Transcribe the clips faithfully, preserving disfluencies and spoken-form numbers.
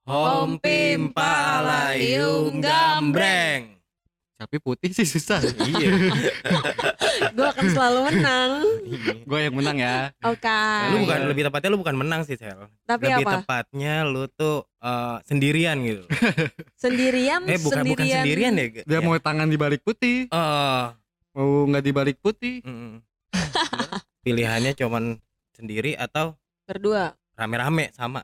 Om Pim Palayung Gambreng. Sapi putih sih susah. Iya. Gue akan selalu menang. Gue yang menang ya. Oke. Lu bukan lebih tepatnya lu bukan menang sih, Sel. Tapi lebih apa? tepatnya lu tuh uh, sendirian gitu. Sendirian, eh bukan sendirian. bukan sendirian ya. Dia ya. mau tangan di balik putih, Oh. mau nggak di balik putih. Mm. Pilihannya cuman sendiri atau Berdua. rame-rame sama.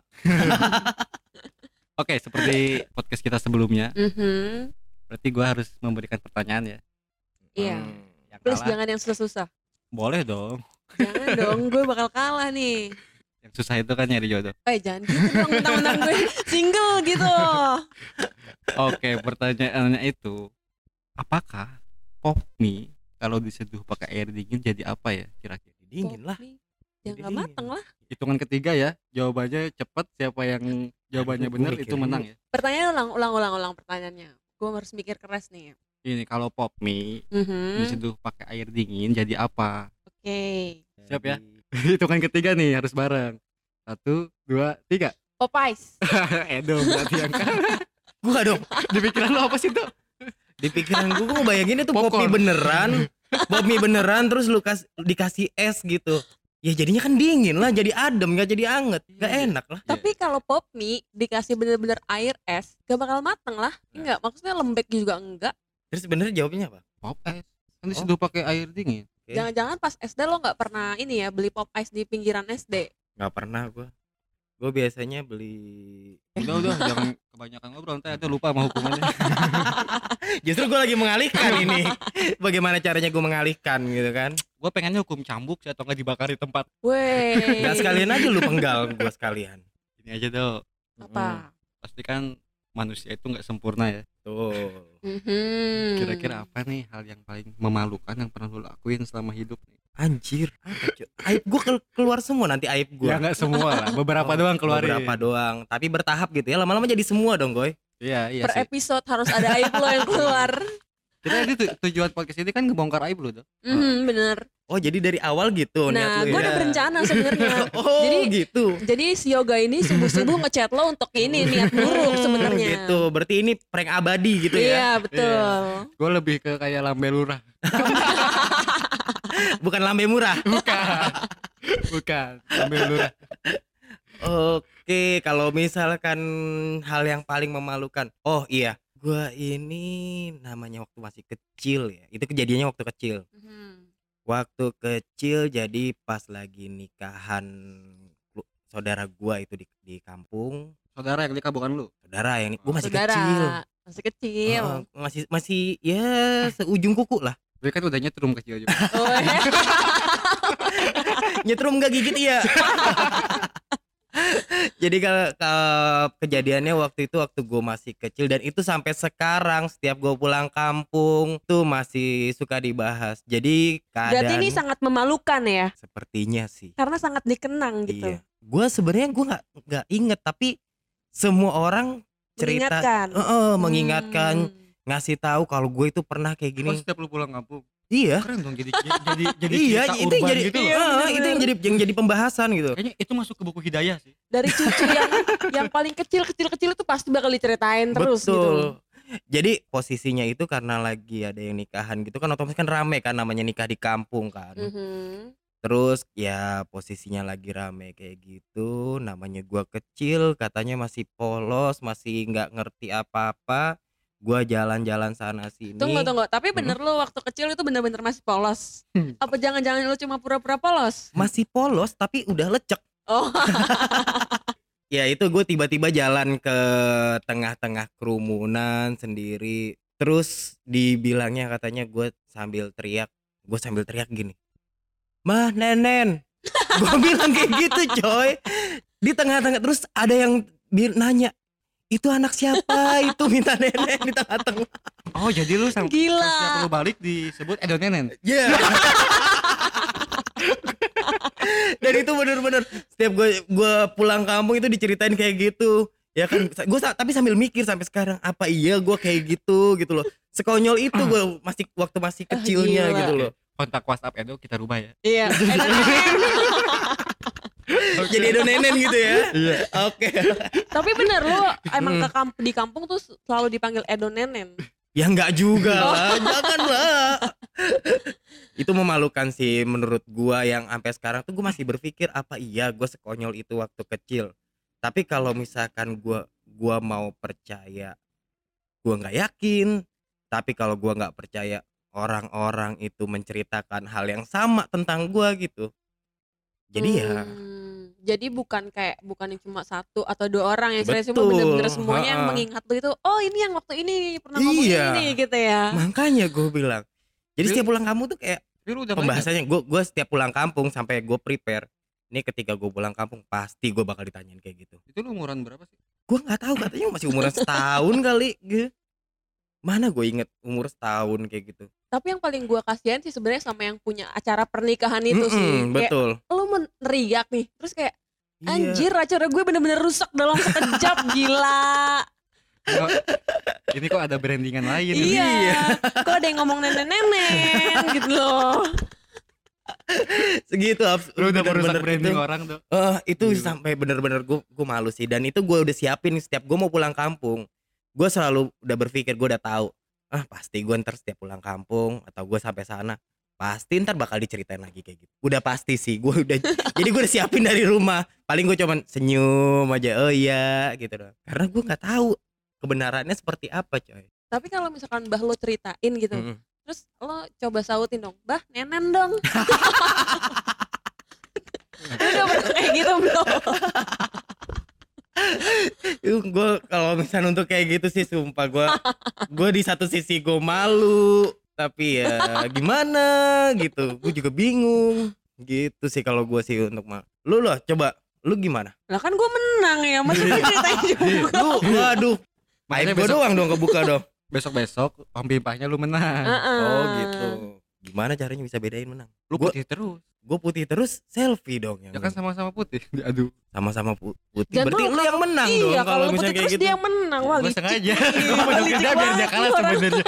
Oke, seperti podcast kita sebelumnya. Mhm. Berarti gue harus memberikan pertanyaan ya. Iya. Hmm. Yang Please kalah, jangan yang susah-susah. boleh dong. Jangan dong, gue bakal kalah nih. Yang susah itu kan nyari jodoh. Eh jangan gitu dong, mentang-mentang gue single gitu. Oke, pertanyaannya itu, apakah pop mie kalau diseduh pakai air dingin jadi apa ya kira-kira? Dingin lah. Kopi. Ya Jadi nggak dingin. mateng lah. Hitungan ketiga ya, jawabannya cepet, siapa yang jawabannya Aduh, benar gua itu mikir menang dulu. ya. Pertanyaan ulang, ulang, ulang, ulang pertanyaannya. Gue harus mikir keras nih. Ini kalau pop mie Mhm. diseduh pakai air dingin jadi apa? Oke. Siap ya? Hitungan ketiga nih harus bareng. Satu, dua, tiga. Popeyes. Edo berarti yang kalah. Gua dong. Di pikiran lo apa sih tuh? Di pikiran gua gua bayangin itu pop Popcorn. mie beneran. Pop mie beneran terus lu kas, dikasih es gitu. Ya jadinya kan dingin lah, jadi adem, gak jadi anget. Gak Iya. enak lah. Tapi kalau pop mie dikasih bener-bener air es, gak bakal mateng lah. Enggak, maksudnya lembek juga enggak. Terus sebenarnya jawabnya apa? Pop es. Kan diseduh pakai air dingin. Oke. Jangan-jangan pas S D lo nggak pernah ini ya beli pop ice di pinggiran S D. Gak pernah gua. Gua biasanya beli. Udah udah jangan kebanyakan ngobrol, nanti ada lupa sama hukumannya. Justru gua lagi mengalihkan ini. Bagaimana caranya gua mengalihkan gitu kan? Gue pengennya hukum cambuk sih atau nggak dibakar di tempat. Weh. Gak sekalian aja lu penggal gua sekalian. Ini aja tuh. Apa? Pasti kan manusia itu nggak sempurna ya. Tuh. Mhm. Kira-kira apa nih hal yang paling memalukan yang pernah lo lakuin selama hidup nih? Anjir. Apa, Cuk? Aib gua kel- keluar semua nanti aib gua. Ya nggak semua lah, beberapa Oh, doang keluarin. Beberapa doang, tapi bertahap gitu ya. Lama-lama jadi semua dong, Goy. Iya iya Per sih. episode harus ada aib lo yang keluar. Kita ini tu- tujuan podcast ini kan ngebongkar aib lo tuh. Mhm, bener. Oh, jadi dari awal gitu Nah, niat lu gue ya. udah berencana sebenarnya. Oh, Jadi gitu. jadi si Yoga ini subuh-subuh ngechat lo untuk ini niat buruk sebenarnya. Gitu. Berarti ini prank abadi gitu ya. Iya, betul. Gue lebih ke kayak lambe lurah. Bukan lambe murah. Bukan. Bukan. Lambe lurah. Oke, kalau misalkan hal yang paling memalukan. Oh iya, gua ini namanya waktu masih kecil ya. Itu kejadiannya waktu kecil. Mhm. Waktu kecil jadi pas lagi nikahan lu- saudara gua itu di di kampung. Saudara yang nikah bukan lu. Saudara yang gua masih Saudara, kecil. masih kecil. Oh, masih masih ya seujung kuku lah. Dia kan udah nyetrum kecil juga. Oh, ya. Nyetrum gak gigit iya. Jadi kalau kalau kejadiannya waktu itu waktu gue masih kecil dan itu sampai sekarang setiap gue pulang kampung tuh masih suka dibahas. Jadi keadaan Berarti ini sangat memalukan ya, sepertinya sih. karena sangat dikenang gitu. Iya. Gue sebenarnya gue nggak nggak inget tapi semua orang cerita, Mengingatkan. Eh, eh, mengingatkan, Hmm. ngasih tahu kalau gue itu pernah kayak Oh, gini. setiap lu pulang kampung. Iya. Keren dong jadi jadi jadi Iya, cerita itu yang urban jadi gitu eh, loh. Iya, bener-bener. itu yang jadi yang jadi pembahasan gitu. Kayaknya itu masuk ke buku hidayah sih. Dari cucu yang yang paling kecil kecil kecil itu pasti bakal diceritain terus Betul. gitu. Jadi posisinya itu karena lagi ada yang nikahan gitu kan otomatis kan rame kan namanya nikah di kampung kan. Mhm. Terus ya posisinya lagi rame kayak gitu, namanya gua kecil, katanya masih polos, masih nggak ngerti apa-apa. Gua jalan-jalan sana sini. Tunggu tunggu, tapi bener lu waktu kecil itu bener-bener masih polos. Hmm. Apa jangan-jangan lu cuma pura-pura polos? Masih polos tapi udah lecek. Oh. Ya itu gue tiba-tiba jalan ke tengah-tengah kerumunan sendiri. Terus dibilangnya katanya gue sambil teriak, gue sambil teriak gini, "Mah, nenen." Gue bilang kayak gitu coy. Di tengah-tengah terus ada yang bil- nanya, "Itu anak siapa?" Itu minta nenen di tengah-tengah. Oh, jadi lu sam- Gila. setiap lu balik disebut Edo Nenen. Ya. Dan itu bener-bener setiap gue gue pulang kampung itu diceritain kayak gitu. Ya kan gue tapi sambil mikir sampai sekarang apa iya gue kayak gitu gitu loh. Sekonyol itu gue masih waktu masih kecilnya gila. gitu loh. Kontak WhatsApp Edo kita rubah ya. Iya. Jadi edo nenen gitu ya. Iya. Oke. Tapi bener lu emang Hmm. ke kamp- di kampung tuh selalu dipanggil Edo Nenen. Ya enggak juga Oh. lah, janganlah. Itu memalukan sih menurut gua, yang sampai sekarang tuh gua masih berpikir apa iya gua sekonyol itu waktu kecil. Tapi kalau misalkan gua gua mau percaya, gua nggak yakin. Tapi kalau gua nggak percaya orang-orang itu menceritakan hal yang sama tentang gua gitu. Jadi ya Hmm, jadi bukan kayak bukan yang cuma satu atau dua orang yang serius, cuma betul, bener-bener semuanya yang ha-ha. mengingat lu itu. Oh ini yang waktu ini pernah ngomong Iya. ini gitu ya. Makanya gue bilang. Jadi Tapi- setiap pulang kampung tuh kayak Tapi lu udah banyak. pembahasannya, gue gue setiap pulang kampung sampai gue prepare. Ini ketika gue pulang kampung pasti gue bakal ditanyain kayak gitu. Itu lu umuran berapa sih? Gue nggak tahu, katanya masih umuran setahun kali. Gitu. Mana gue inget umur setahun kayak gitu. Tapi yang paling gua kasihan sih sebenarnya sama yang punya acara pernikahan itu sih. Mm-mm, Kayak betul. lu meneriak nih, terus kayak Iya. anjir acara gue bener-bener rusak dalam sekejap gila. Kok- ini kok ada brandingan lain. Iya. Kok ada yang ngomong nenen-nenen gitu loh. Segitu abs- Lu udah bener-bener merusak branding itu. orang tuh. Eh, itu Gila. sampai bener-bener gue gue malu sih. Dan itu gue udah siapin setiap gue mau pulang kampung. Gue selalu udah berpikir, gue udah tahu. Ah pasti gue ntar setiap pulang kampung atau gue sampai sana pasti ntar bakal diceritain lagi kayak gitu. Udah pasti sih. Gue udah jadi gue udah siapin dari rumah. Paling gue cuman senyum aja. Oh iya gitu doang. Karena gue nggak tahu kebenarannya seperti apa coy. Tapi kalau misalkan Mbah lo ceritain gitu, Mm-mm. terus lo coba sautin dong, Bah nenen dong. Lu udah pernah kayak gitu belum? Gue kalau misalnya untuk kayak gitu sih sumpah gue gue di satu sisi gue malu, tapi ya gimana gitu, gue juga bingung gitu sih kalau gue sih untuk mal. Lu loh coba lu gimana? Lah kan gue menang ya, masa gue ceritain juga. Lu waduh, Makanya aib gue besok- doang dong kebuka dong. Besok-besok pimpahnya lu menang. Heeh. Oh gitu. Gimana caranya bisa bedain menang? Lu Gua- putih terus. Gue putih terus selfie dong yang Ya kan sama-sama putih. Aduh. sama-sama pu- putih. Dan Berarti lu lu yang menang dong Iya, kalau kalau lu misalnya putih kayak terus gitu. dia yang menang. Wah, Gue licik. sengaja. Iya, Gue menunggu licik dia biar dia banget kalah nih orang. sebenarnya.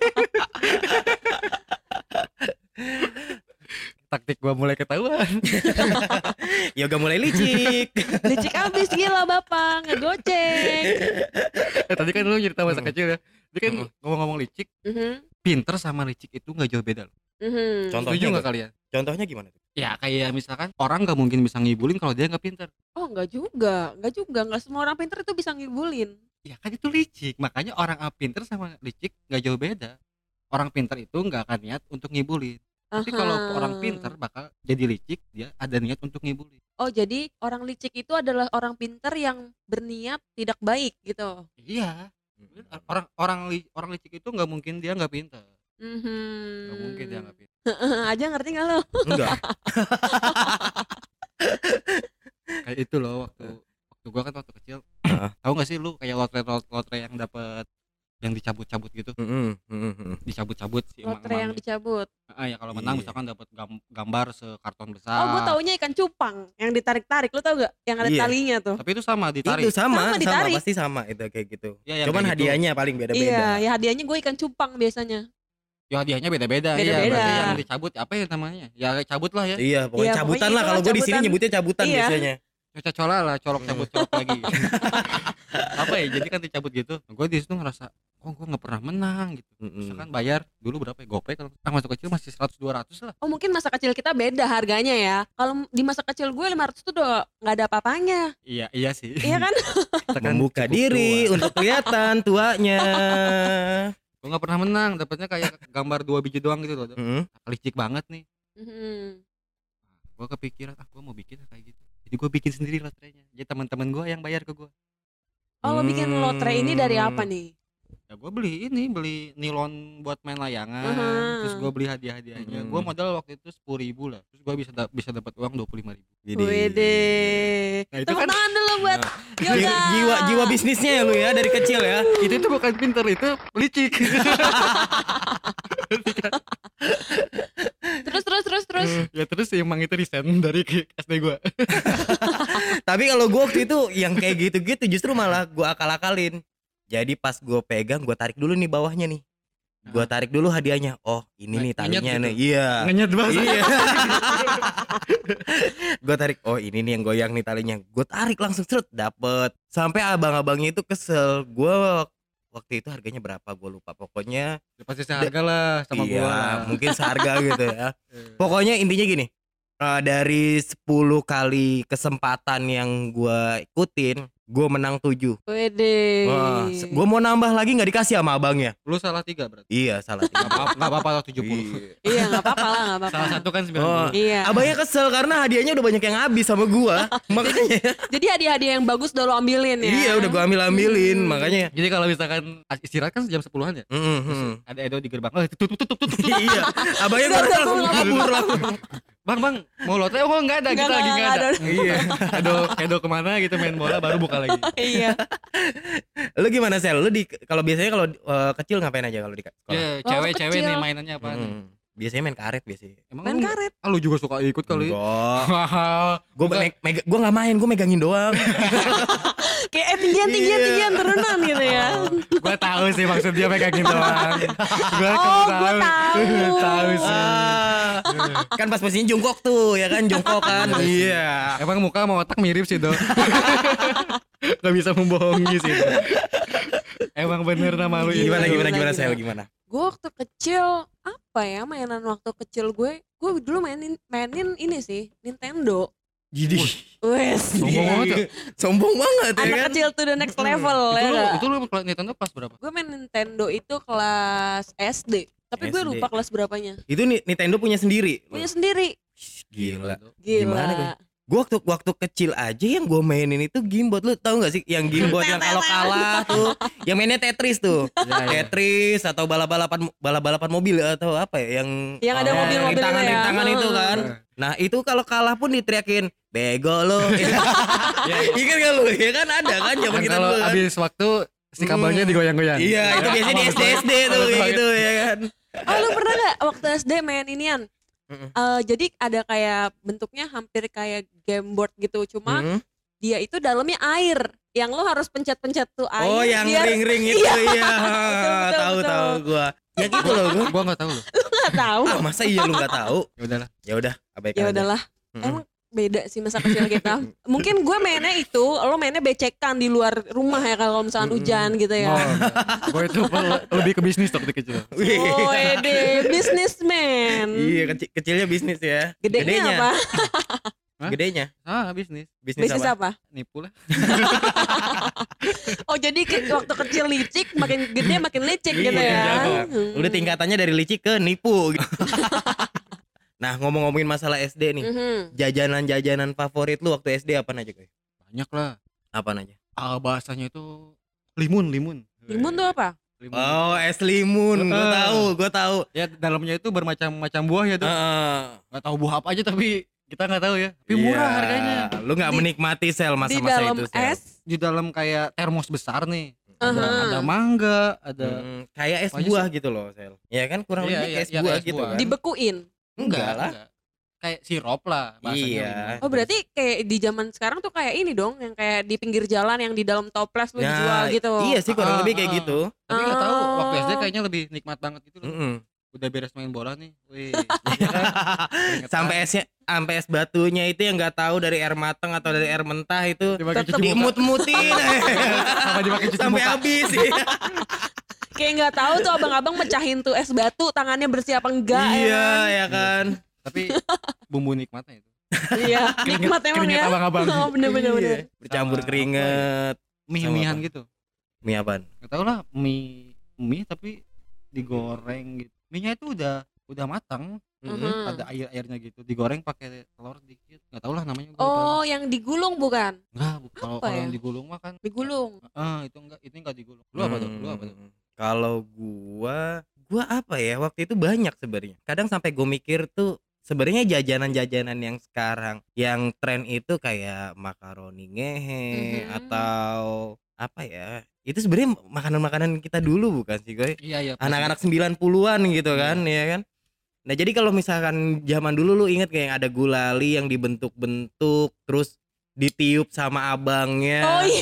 Taktik gua mulai ketahuan. Yoga mulai licik. Licik abis gila bapak, ngegocek. Eh, tadi kan lu cerita masa Mm. kecil ya. Dia kan Mm. ngomong-ngomong licik, Mhm, pinter sama licik itu nggak jauh beda loh. mhm. Contohnya Setuju nggak tuh? kalian? Contohnya gimana tuh? Ya kayak misalkan orang nggak mungkin bisa ngibulin kalau dia nggak pinter. Oh enggak juga, enggak juga, enggak semua orang pintar itu bisa ngibulin. Ya kan itu licik. Makanya orang ah, pinter sama licik nggak jauh beda. Orang pinter itu nggak akan niat untuk ngibulin. Tapi kalau Aha. orang pinter bakal jadi licik, dia ada niat untuk ngibulin. Oh jadi orang licik itu adalah orang pintar yang berniat tidak baik gitu. Iya. Orang orang li- orang licik itu nggak mungkin dia nggak pinter. Mhm. Nggak mungkin dia nggak pinter. Aja ngerti nggak lo? Enggak. Kayak itu loh waktu waktu gua kan waktu kecil. Heeh. Tahu nggak sih lu kayak lotre lotre yang dapat yang dicabut-cabut gitu, Mm-mm, mm-mm. dicabut-cabut si Lotre yang emang-emangnya. dicabut. Ah, ya kalau menang Iya. misalkan dapat gam- gambar sekarton besar. Oh gue taunya ikan cupang yang ditarik-tarik, lu tau gak? Yang ada Iya. talinya tuh. Tapi itu sama ditarik. Itu sama, Sama, sama, ditarik. pasti sama itu kayak gitu. Ya, yang Cuman kayak gitu. hadiahnya paling beda-beda. Iya, ya hadiahnya gue ikan cupang biasanya. Ya hadiahnya beda-beda. Iya, Beda-beda. berarti yang dicabut apa ya namanya? Ya cabut lah ya. Iya, pokoknya Iya, cabutan pokoknya lah. Kalau gue di sini cabutan. nyebutnya cabutan Iya. biasanya. Coca-cola lah, colok cabut colok lagi. Apa ya? Jadi kan dicabut gitu. Gue di situ ngerasa, oh gue nggak pernah menang gitu. Mm-mm. Misalkan bayar dulu berapa ya? Gopay kalau ah, masuk kecil masih seratus dua ratus lah. Oh mungkin masa kecil kita beda harganya ya. Kalau di masa kecil gue lima ratus tuh udah nggak ada apa-apanya. Iya, iya sih. Iya kan? Kita kan Membuka cukup diri tua. untuk kelihatan tuanya. Gue nggak pernah menang, dapatnya kayak gambar dua biji doang gitu loh. Mm. Licik banget nih. Mhm. Gue kepikiran, ah gue mau bikin kayak gitu. Jadi gue bikin sendiri lotrenya. Jadi teman-teman gue yang bayar ke gue. Oh lo bikin lotre ini dari apa nih? Ya gue beli ini, beli nilon buat main layangan. Aha. Terus gue beli hadiah-hadiahnya. Hmm. Gue modal waktu itu sepuluh ribu lah. Terus gue bisa da- bisa dapat uang dua puluh lima ribu. Jadi Wede. Nah, itu Tepuk kan- tangan dulu buat Ji- Yoga. jiwa jiwa bisnisnya ya lu ya dari kecil ya. Itu tuh bukan pinter, itu licik. Terus terus terus terus. Ya terus emang itu resign dari ke- S D gue. Tapi kalau gue waktu itu yang kayak gitu-gitu justru malah gue akal-akalin. Jadi pas gue pegang, gue tarik dulu nih bawahnya nih. Gua tarik dulu hadiahnya. Oh, ini nih Ngenyet talinya gitu. nih. Iya. Ngenyet banget. Iya. Gue tarik, oh ini nih yang goyang nih talinya. Gue tarik langsung seret, dapet. Sampai abang-abangnya itu kesel. Gue waktu itu harganya berapa gue lupa. Pokoknya Ya, pasti seharga lah sama iya, gua lah. mungkin seharga gitu ya. Pokoknya intinya gini, eh, dari sepuluh kali kesempatan yang gue ikutin, gue menang tujuh. Wede. Wah, gue mau nambah lagi nggak dikasih sama abangnya. Lu salah tiga berarti. Iya, salah. Gak apa-apa, gak apa-apa lah tujuh puluh. Iya. Iya nggak apa-apa lah nggak apa-apa. Salah satu kan sembilan Oh, puluh. Iya. abangnya kesel karena hadiahnya udah banyak yang habis sama gua. Makanya Jadi hadiah-hadiah yang bagus udah lo ambilin ya. iya udah gua ambil-ambilin, Hmm. makanya. Jadi kalau misalkan istirahat kan jam sepuluhan ya. Mm, mm. Ada Edo di gerbang. Oh, tutup tutup tutup tutup. Iya, abangnya Udah, baru udah, langsung udah, kabur udah. langsung. Bang, bang, mau lotre? Oh, enggak ada, Nggak, kita lagi nggak, enggak ada. nggak Iya. Edo Edo kemana gitu main bola baru buka lagi. Iya. Lu gimana Sel? Lu di kalau biasanya kalau uh, kecil ngapain aja kalau di sekolah? Ya, Waktu cewek-cewek kecil. nih mainannya apa nih? Mm, biasanya main karet biasanya. Emang Main lu- karet. Ah, lu juga suka ikut kali. Enggak. Gua Enggak. me- mega, gua enggak main, gua megangin doang. Kayak eh, tinggian tinggian Iya. tinggian turunan gitu ya. Gua tahu sih maksud dia megangin doang. Gua kan Oh, gua tahu. Tahu sih. Ah, kan pas posisinya jongkok tuh, ya kan jongkok kan. Iya. Emang muka sama otak mirip sih, Dok. Gak bisa membohongi sih, Dok. Emang bener nama lu itu. Gimana gimana Gila, gimana gila. Sel gimana? Gue waktu kecil apa ya mainan waktu kecil gue? Gue dulu mainin mainin ini sih Nintendo. Jadi Wes. Sombong banget ya. sombong banget ya Anak kan. kecil tuh the next level Itu ya lu, nggak? itu lu kelas Nintendo kelas berapa? Gue main Nintendo itu kelas S D. Tapi gue S D. lupa kelas berapanya. Itu Ni- Nintendo punya sendiri. Punya sendiri. Gila. Dok. Gimana gue? Gila. Gue waktu waktu kecil aja yang gue mainin itu Gamebot. Lu tahu nggak sih yang Gamebot yang kalau kalah tuh, yang mainnya Tetris tuh, Ya, ya. Tetris atau balap-balapan balap-balapan mobil atau apa ya yang Yang ada oh, mobil-mobil itu ya. rintangan-rintangan itu kan. Nah itu kalau kalah pun diteriakin bego lo. Ingat gak lu? Ya kan ada kan zaman Kan kita kalau dulu kan. habis waktu si kabelnya Hmm. digoyang-goyang. Iya itu Ya, biasanya di awal S D S D tuh awal kayak banget. gitu ya kan. Oh lu pernah gak waktu S D main inian? Mm-mm. Eh, jadi ada kayak bentuknya hampir kayak game board gitu, cuma Hmm. dia itu dalamnya air. Yang lo harus pencet-pencet tuh air. Oh yang biar ring-ring itu Iya. iya. betul, Tahu betul. tahu gua. Ya gitu loh gua. Gua enggak tahu loh. nggak tahu. Ah, masa iya lu nggak tahu? Ya udahlah. Ya udah, abaikan Ya aja. udahlah. Mm-mm. Emang beda sih masa kecil kita. Mungkin gue mainnya itu, lo mainnya becekan di luar rumah ya kalau misalkan Mm-mm. hujan gitu ya. Oh, gue itu pel- lebih ke bisnis waktu kecil. Wih. Oh, ede, businessman. Iya kecil kecilnya bisnis ya. Gedenya apa? Hah? Gedenya Ah, bisnis. bisnis, Bisnis apa? apa? Nipu lah. Oh, jadi ke- waktu kecil licik, makin gede makin licik gitu Iya, ya. jago. Hmm. Udah tingkatannya dari licik ke nipu. Nah ngomong-ngomongin masalah S D nih, Mhm. jajanan-jajanan favorit lu waktu S D apa aja guys? Banyak lah. Apaan aja? Ah, bahasanya itu limun, limun. Limun tuh apa? Limun. Oh es limun, gue Ah. tahu, gue tahu. Ya dalamnya itu bermacam-macam buah ya tuh. Heeh. Nggak tahu buah apa aja tapi kita nggak tahu ya. Tapi murah Iya. harganya. Lu nggak Di- menikmati sel Di masa-masa dalam itu sel. es. Di dalam kayak termos besar nih. Ada, Aha. ada mangga, ada Mm, kayak es Apa aja buah gitu loh sel. Ya kan kurang Iya, lebih iya, kayak es iya, buah kayak es gitu buah. kan? Dibekuin. Enggak lah. Kayak sirup lah bahasanya. Iya. limun. Oh, berarti kayak di zaman sekarang tuh kayak ini dong, yang kayak di pinggir jalan yang di dalam toples lu Nah, dijual gitu. Iya sih kurang Ah, lebih kayak ah. gitu. Tapi nggak tahu waktu S D Oh. kayaknya lebih nikmat banget gitu loh. Mm-mm. Udah beres main bola nih. Wih. Iya kan? Keringetan. Sampai esnya sampai es batunya itu yang nggak tahu dari air mateng atau dari air mentah itu Dipakai Tetep cuci muka. diemut-emutin Sama dipakai cuci sampai muka. habis. Kayak nggak tahu tuh abang-abang mecahin tuh es batu, tangannya bersih apa enggak Iya ya kan? ya kan. Tapi bumbu nikmatnya itu. Iya, nikmat emang keringet ya. abang-abang. Oh, bener-bener Iya. bener. Bercampur Sama keringet. Mie-mihan apa? gitu. Mie apaan? Gak tau lah mie mie tapi digoreng gitu. Mie-nya itu udah udah matang, Mm-mm. Mhm. ada air-airnya gitu. Digoreng pakai telur dikit. Gak tau lah namanya gua. Oh, yang digulung bukan? Enggak, bu- kalau apa kalau ya? yang digulung mah kan. Digulung. Ah, itu enggak, itu enggak digulung. Lu apa tuh? Lu apa tuh? Hmm. Kalau gua, gua apa ya? Waktu itu banyak sebenarnya. Kadang sampai gua mikir tuh sebenarnya jajanan-jajanan yang sekarang yang tren itu kayak makaroni ngehe Mhm. atau apa ya? Itu sebenarnya makanan-makanan kita dulu bukan sih, Goy? Iya, iya. Anak-anak sembilan puluhan gitu kan, ya kan? Nah, jadi kalau misalkan zaman dulu lu inget kayak yang ada gulali yang dibentuk-bentuk terus ditiup sama abangnya. Oh iya.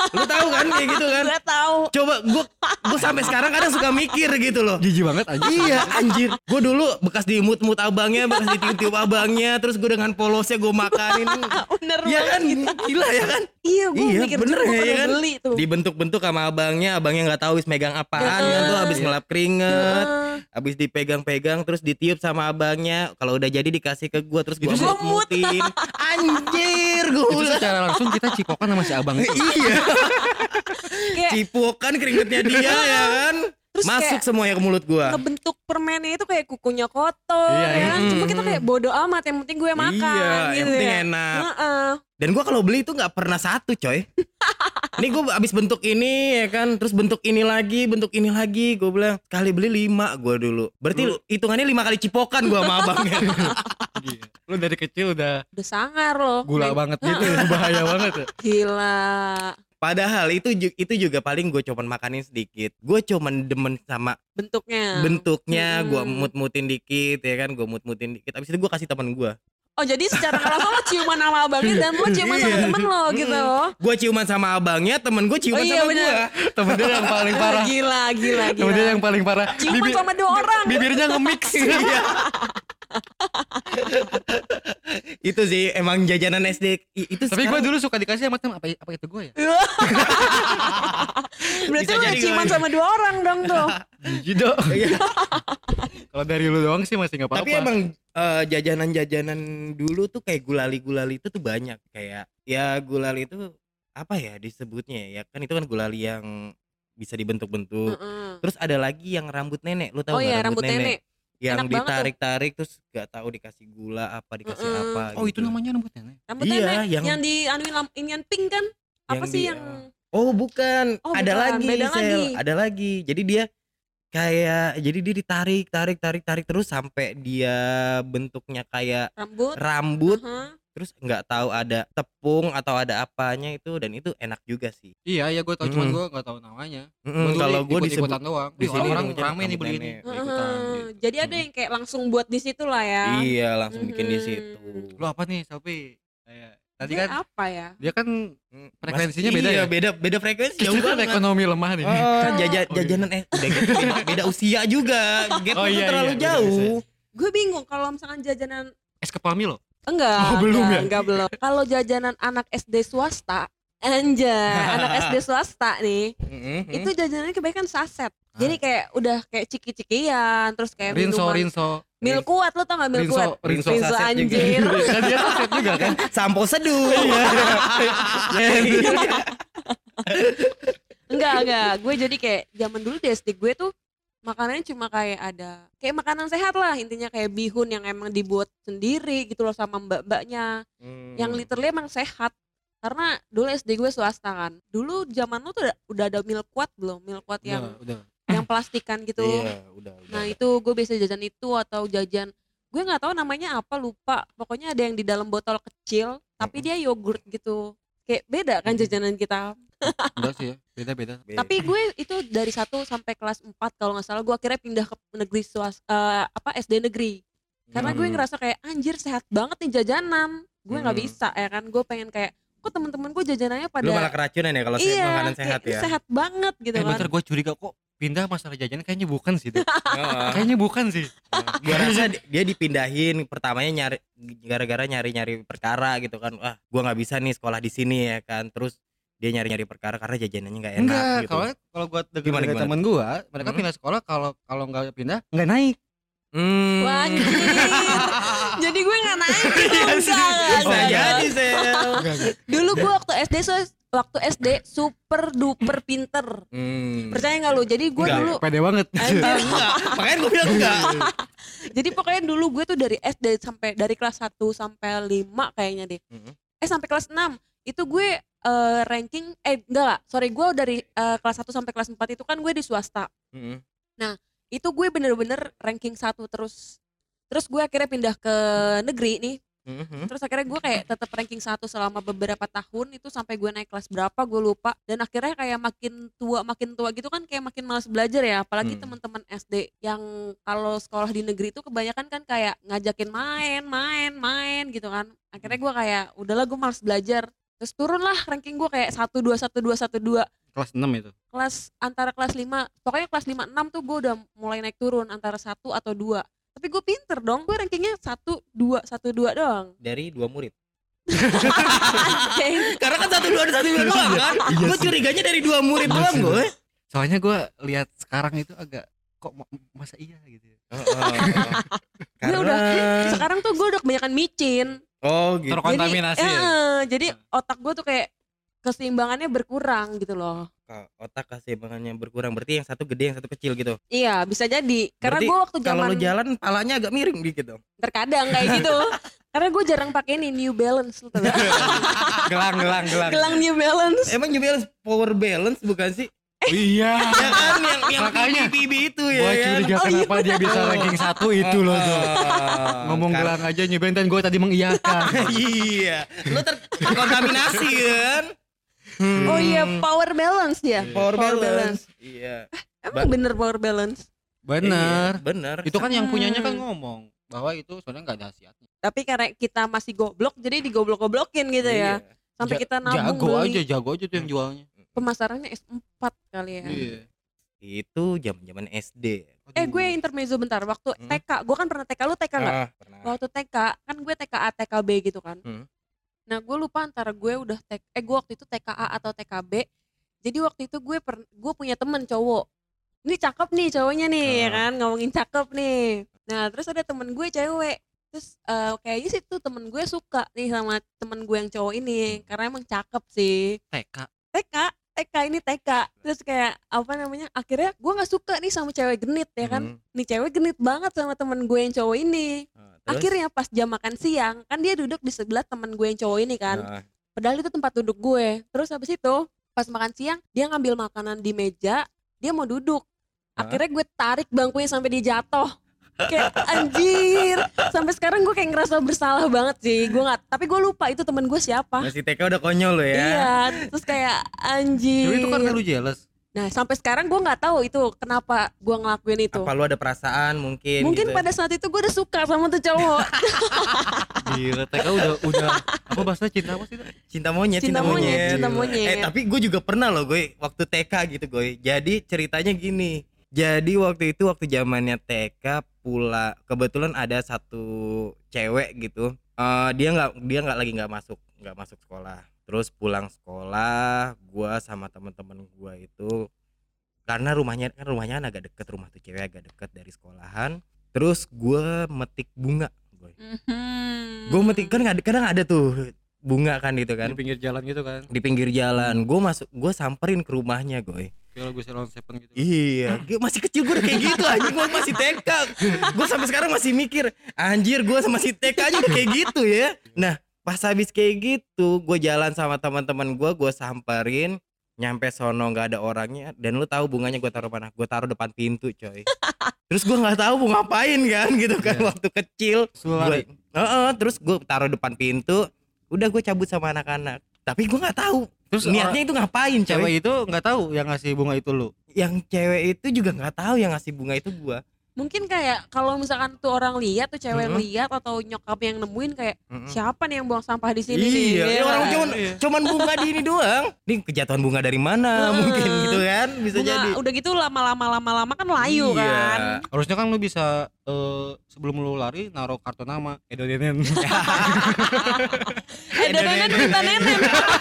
Lu tahu kan kayak gitu kan? Gue tahu. Coba gue gue sampai sekarang kadang suka mikir gitu loh. Jijik banget aja. Iya anjir. Gue dulu bekas diimut-imut abangnya, bekas ditiup-tiup abangnya, terus gue dengan polosnya gue makanin. Bener Iya kan? banget. Gila ya kan? Iya, gue Iya, mikir bener juga ya, gue ya pernah kan? beli tuh. Dibentuk-bentuk sama abangnya, abangnya nggak tahu habis megang apaan Heeh. kan tuh, habis Iya. ngelap keringet, Heeh. habis dipegang-pegang terus ditiup sama abangnya. Kalau udah jadi dikasih ke gue terus gue Itu sih- mut-mutin. Anjir, gue Itu secara langsung kita cipokan sama si abang itu. iya, Kayak cipokan keringetnya dia ya kan. terus Masuk kayak semuanya ke mulut gua. ngebentuk permennya itu kayak kukunya kotor Iya, ya kan. iya. Cuma kita kayak bodo amat, yang penting gue makan Iya, gitu yang penting ya. enak. Heeh. Dan gua kalau beli itu nggak pernah satu, coy. Ini gua abis bentuk ini ya kan, terus bentuk ini lagi, bentuk ini lagi. Gua bilang kali beli lima gua dulu. Berarti Lu- hitungannya lima kali cipokan gua sama abangnya. Gila. Lu dari kecil udah Udah sangar loh. gula Kayak, banget gitu, bahaya banget ya. Gila. Padahal itu ju- itu juga paling gue cuman makanin sedikit. Gue cuman demen sama Bentuknya. bentuknya, Mm-mm. gua mut-mutin dikit ya kan, gua mut-mutin dikit. Abis itu gua kasih teman gua. Oh jadi secara nggak langsung lo ciuman sama abangnya dan lo ciuman sama Iya. temen lo gitu. Gua ciuman sama abangnya, temen gua ciuman Oh iya, sama bener. gua. Temen dia yang paling parah. Gila, gila, gila. Temen dia yang paling parah. Ciuman Bibi- sama dua orang. Bibirnya nge-mix. Iya. Itu sih emang jajanan S D i- itu Tapi gue sekarang- dulu suka dikasih sama temen, apa, apa itu gue ya? Berarti Bisa lo jadi ciuman gua. sama dua orang dong tuh. Jijik dong. Iya. Kalau dari lu doang sih masih nggak apa-apa. Tapi emang eh, jajanan-jajanan dulu tuh kayak gulali-gulali itu tuh banyak. Kayak ya gulali itu apa ya disebutnya ya, kan itu kan gulali yang bisa dibentuk-bentuk. Heeh. Terus ada lagi yang rambut nenek, lu tahu Oh nggak iya, rambut nenek. Yang Enak banget tuh. ditarik-tarik terus gak tahu dikasih gula apa dikasih Mm-mm. apa Oh gitu. itu namanya rambut nenek. Rambut Iya, nenek yang- yang, di anuin lamp ini yang pink kan? Apa Yang sih di- yang Oh bukan, Oh, ada bukan. lagi, Beda Sel. lagi. Ada lagi. Jadi dia kayak, jadi dia ditarik, tarik, tarik, tarik terus sampai dia bentuknya kayak rambut? rambut. Heeh. Terus nggak tahu ada tepung atau ada apanya itu, dan itu enak juga sih. Iya ya gue tau, cuman Mm. gue nggak tahu namanya. Mm-mm, Gua kalau gue ikut disebut ikutan doang. di Di sini orang namanya rame nih rambut beli ini. nenek. Gua ikutan. Heeh. gitu. Jadi ada yang kayak langsung buat di situ lah ya. iya langsung bikin di Mhm. situ. Lu apa nih Sopi? Kayak tadi Gue kan apa ya? dia kan Mm, frekuensinya mas- beda iya, ya? beda beda frekuensi. kita Jauh kan banget. ekonomi lemah nih. Oh, jaja- Oh, iya. jajanan eh udah gitu, beda, beda usia juga. Gap Oh, itu iya, terlalu iya, jauh. Gue bingung kalau misalkan jajanan Es kepal Milo. enggak, Oh, belum enggak, ya? enggak belum. Kalau jajanan anak S D swasta, anjay, anak S D swasta nih, Mm-mm. itu jajanannya kebanyakan saset. Jadi kayak udah kayak ciki-cikian, terus kayak Rinso, minuman. Rinso. Mil kuat, lo tau gak mil Rinso, kuat? Rinso Rinso saset juga. anjir. Kan dia saset juga kan? Sampo seduh. Enggak, enggak. Gue jadi kayak zaman dulu di S D gue tuh makanannya cuma kayak ada kayak makanan sehat lah, intinya kayak bihun yang emang dibuat sendiri gitu loh sama mbak-mbaknya. Hmm. Yang literally emang sehat. Karena dulu S D gue swasta kan. Dulu zaman lu tuh udah, udah ada mil kuat belum? Mil kuat yang Udah, udah. yang plastikan gitu. Iya, udah, udah. Nah, itu gue biasa jajan itu atau jajan gue nggak tahu namanya apa, lupa. Pokoknya ada yang di dalam botol kecil tapi dia yogurt gitu. Kayak beda kan jajanan kita. Enggak sih ya, beda-beda. Beda. Tapi gue itu dari satu sampai kelas empat kalau nggak salah gue akhirnya pindah ke negeri swas eh, apa S D negeri. Karena gue Hmm. ngerasa kayak anjir sehat banget nih jajanan. Gue nggak Hmm. bisa ya kan. Gue pengen kayak kok teman-teman gue jajanannya pada Lu malah keracunan ya kalau iya, makanan sehat kayak ya. sehat banget gitu Eh kan. bentar gue curiga kok pindah masalah jajan kayaknya bukan sih. Dek. Heeh. Kayaknya bukan sih. Gua rasa di- dia dipindahin pertamanya nyari gara-gara nyari-nyari perkara gitu kan. Wah, gua nggak bisa nih sekolah di sini ya kan. Terus dia nyari-nyari perkara karena jajanannya nggak enak Enggak, gitu. kalau kalau gua dengar Gimana, dari gimana? temen gua, mereka Hmm. pindah sekolah kalau kalau nggak pindah nggak naik. Hmm. Wah, anjir. Jadi gue gak naik gitu. Iya Enggak, sih. enggak, Bisa enggak. jadi, Sel. Dulu gue waktu S D so- waktu S D super duper pinter. Hmm. Percaya gak lu? Jadi gue Enggak. dulu Pede banget. anjir. Enggak. Makanya gua bilang enggak. Jadi pokoknya dulu gue tuh dari S D sampai dari kelas satu sampai lima kayaknya deh. Mhm. Eh sampai kelas enam itu gue eh, ranking eh enggak lah, sorry gue dari eh, kelas satu sampai kelas empat itu kan gue di swasta. Hmm. Itu gue bener-bener ranking satu terus. Terus gue akhirnya pindah ke negeri nih. Mhm. Terus akhirnya gue kayak tetap ranking satu selama beberapa tahun itu sampai gue naik kelas berapa gue lupa. Dan akhirnya kayak makin tua makin tua gitu kan kayak makin malas belajar ya. Apalagi Hmm. teman-teman S D yang kalau sekolah di negeri itu kebanyakan kan kayak ngajakin main, main, main gitu kan. Akhirnya gue kayak udahlah gue malas belajar. Terus turun lah ranking gue kayak satu dua satu dua satu dua. Kelas enam itu. Kelas antara kelas lima, pokoknya kelas lima enam tuh gue udah mulai naik turun antara satu atau dua. Tapi gue pinter dong, gue rankingnya satu dua satu dua doang. Dari dua murid. Anjing. Karena kan satu dua satu dua doang kan. Gue curiganya dari dua murid doang gue. Soalnya gue lihat sekarang itu agak kok ma- masa iya gitu. Gue udah sekarang tuh gue udah kebanyakan micin. Oh gitu. Terkontaminasi Jadi, ya? eh, jadi otak gue tuh kayak keseimbangannya berkurang gitu loh. Otak keseimbangannya berkurang, berarti yang satu gede yang satu kecil gitu. Iya bisa jadi. Karena Berarti gue waktu kalau zaman lu jalan palanya agak miring dikit dong. terkadang kayak gitu. Karena gue jarang pakai ini New Balance lu tau gak? Gelang gelang gelang. Gelang New Balance. Emang New Balance power balance bukan sih? Oh iya. Ya kan yang yang Makanya P B itu ya Gua kan. curiga Oh, kenapa iya. dia bisa ranking satu itu loh tuh. Ah, Ngomong karena- gelang aja nyebentan gue tadi mengiyakan. Iya, lu ter- terkontaminasi kan? Hmm. Oh iya power balance dia. Power, balance. Iya. Emang Ba- bener power balance. Bener. Iya, bener. Itu kan yang punyanya kan Hmm. ngomong bahwa itu sebenarnya nggak ada khasiatnya. Tapi karena kita masih goblok jadi digoblok-goblokin gitu ya. Iya. Sampai Ja- kita nabung Jago beli. aja, jago aja tuh yang jualnya. Pemasarannya S empat kali ya. Iya. Itu zaman-zaman S D. Eh gue intermezzo bentar. Waktu Hmm. T K, gue kan pernah T K, lu T K nggak? Ah, pernah. Waktu T K kan gue T K A T K B gitu kan. Hmm. Nah gue lupa antara gue udah T- eh gue waktu itu T K A atau T K B. Jadi waktu itu gue per, gue punya temen cowok. Ini cakep nih cowoknya nih ya Ah. kan, ngomongin cakep nih. Nah terus ada temen gue cewek. Terus eh, kayaknya sih tuh temen gue suka nih sama temen gue yang cowok ini karena emang cakep sih. T K. T K, T K ini T K. Terus kayak apa namanya? Akhirnya gue nggak suka nih sama cewek genit ya kan. Hmm. Nih cewek genit banget sama temen gue yang cowok ini. Ah, terus? Akhirnya pas jam makan siang kan dia duduk di sebelah temen gue yang cowok ini kan. Ah, Padahal itu tempat duduk gue. Terus habis itu pas makan siang dia ngambil makanan di meja, dia mau duduk. Hah? Akhirnya gue tarik bangkunya sampai dia jatuh. Kayak anjir. Sampai sekarang gue kayak ngerasa bersalah banget sih. Gue nggak, tapi gue lupa itu temen gue siapa. masih T K udah konyol lo ya. Iya, terus kayak anjir. Jadi itu karena lu jealous. Nah sampai sekarang gue nggak tahu itu kenapa gue ngelakuin itu. Apa lu ada perasaan mungkin? Mungkin gitu. pada saat itu gue udah suka sama tuh cowok. Gila, T K udah udah apa bahasa cinta apa sih? cinta monyet, Cinta monyet, cinta Eh monyet. tapi gue juga pernah loh gue waktu T K gitu gue. Jadi ceritanya gini. Jadi waktu itu waktu zamannya T K pula kebetulan ada satu cewek gitu. Eh dia nggak dia nggak lagi nggak masuk nggak masuk sekolah. Terus pulang sekolah, gue sama teman-teman gue itu karena rumahnya kan rumahnya kan agak deket, rumah tuh cewek agak deket dari sekolahan. Terus gue metik bunga, gue. Mhm. Gue metik kan ada- kadang ada tuh bunga kan gitu kan Di pinggir jalan gitu kan. di pinggir jalan. Gue masuk, gue samperin ke rumahnya gue. Kayak lagu Salon Seven gitu. Iya, gue masih kecil gue udah kayak gitu anjing, gue masih T K. Gue sampai sekarang masih mikir, anjir gue masih T K aja udah kayak gitu ya. Nah, pas habis kayak gitu, gue jalan sama teman-teman gue, gue samperin, nyampe sono nggak ada orangnya. Dan lu tahu bunganya gue taruh mana? Gue taruh depan pintu, coy. Terus gue nggak tahu mau ngapain kan, gitu kan Iya. waktu kecil. Suruh Gua, lari. Heeh, terus gue taruh depan pintu, udah gue cabut sama anak-anak. Tapi gue nggak tahu Terus niatnya itu ngapain, coy. Cewek itu nggak tahu yang ngasih bunga itu lu. Yang cewek itu juga nggak tahu yang ngasih bunga itu gue. Mungkin kayak kalau misalkan tuh orang lihat tuh cewek Mhm. lihat atau nyokap yang nemuin kayak Mm-mm. siapa nih yang buang sampah di sini nih? Iya, Iya ya orang kan? cuman Iya. cuman bunga di ini doang. Nih kejatuhan bunga dari mana Heeh. mungkin gitu kan? Bisa Bunga jadi. udah gitu lama-lama lama-lama kan layu Iya. kan. Harusnya kan lu bisa eh, sebelum lu lari naruh kartu nama Edo Denen. Eh dodonan minta nenek.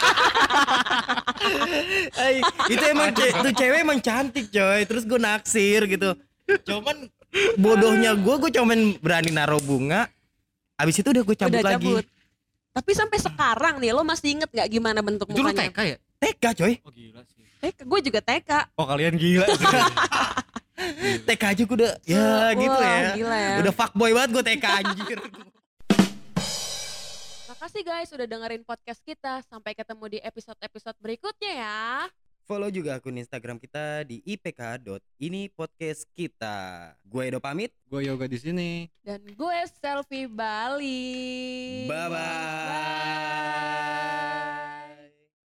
Ay, itu emang ce- tuh cewek emang cantik coy. Terus gue naksir gitu. Cuman bodohnya gue, gue cuman berani naruh bunga. Abis itu udah gue cabut Udah lagi. cabut. Tapi sampai sekarang nih lo masih inget gak gimana bentuk Itu lu T mukanya? K ya? T K coy. Oh gila sih. T K, gue juga T K. Oh kalian gila. T K aja gue udah ya gitu Wah, ya. Gila ya. Udah fuckboy banget gue T K anjir. Makasih guys udah dengerin podcast kita. Sampai ketemu di episode-episode berikutnya ya. Follow juga akun Instagram kita di i p k dot ini podcast kita. Gue Edo pamit. Gue yoga di sini. Dan gue Selfie Bali. Bye-bye. Bye.